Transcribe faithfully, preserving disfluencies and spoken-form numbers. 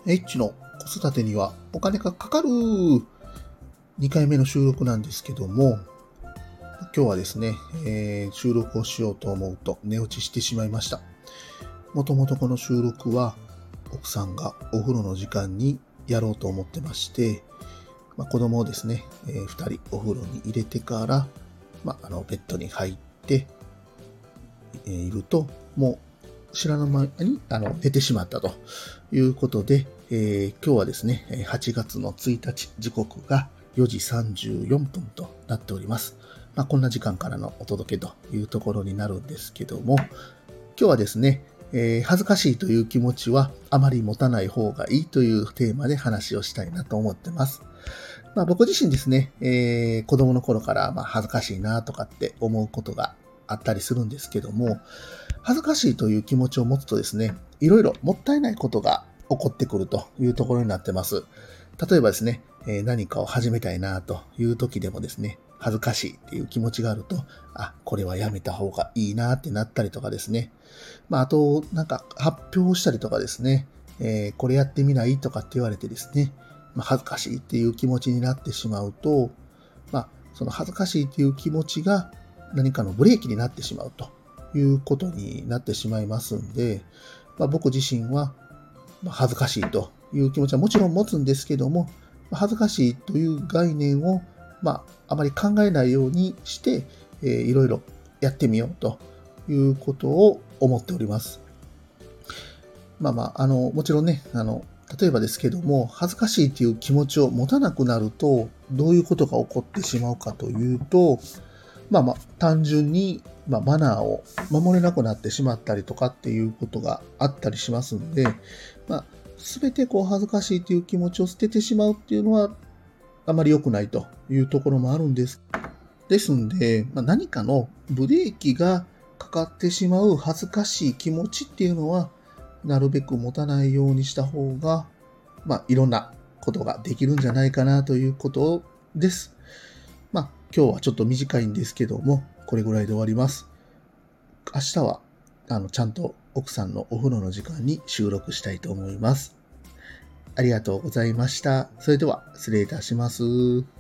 H の子育てにはお金がかかるにかいめの収録なんですけども、今日はですね、えー収録をしようと思うと寝落ちしてしまいました。もともとこの収録は奥さんがお風呂の時間にやろうと思ってまして、まあ、子供をですね、えー、ふたりお風呂に入れてから、まあ、あのベッドに入って、えーいると、もう知らぬ間にあの寝てしまったということで、えー今日はですね、はちがつのついたち、時刻がよじさんじゅうよんぷんとなっております。まあ、こんな時間からのお届けというところになるんですけども、今日はですね、えー恥ずかしいという気持ちはあまり持たない方がいいというテーマで話をしたいなと思ってます。まあ、僕自身ですね、えー子供の頃からまあ恥ずかしいなとかって思うことがあったりするんですけども、恥ずかしいという気持ちを持つとですね、いろいろもったいないことが起こってくるというところになってます。例えばですね、えー何かを始めたいなという時でもですね、恥ずかしいっていう気持ちがあると、あ、これはやめた方がいいなってなったりとかですね。まあ、あと、なんか発表したりとかですね、えーこれやってみないとかって言われてですね、まあ、恥ずかしいっていう気持ちになってしまうと、まあ、その恥ずかしいっていう気持ちが何かのブレーキになってしまうということになってしまいますんで、まあ、僕自身はまあ恥ずかしいという気持ちはもちろん持つんですけども、まあ恥ずかしいという概念を、まあ、あまり考えないようにして、えーいろいろやってみようということを思っております。まあまあ、あの、もちろんね、あの、例えばですけども、恥ずかしいという気持ちを持たなくなると、どういうことが起こってしまうかというと、まあまあ、単純に、まあ、マナーを守れなくなってしまったりとかっていうことがあったりしますんで、まあ、すべてこう恥ずかしいという気持ちを捨ててしまうっていうのはあまり良くないというところもあるんです。ですんで、まあ、何かのブレーキがかかってしまう恥ずかしい気持ちっていうのは、なるべく持たないようにした方が、まあ、いろんなことができるんじゃないかなということです。まあ、今日はちょっと短いんですけども、これぐらいで終わります。明日は、あの、ちゃんと奥さんのお風呂の時間に収録したいと思います。ありがとうございました。それでは、失礼いたします。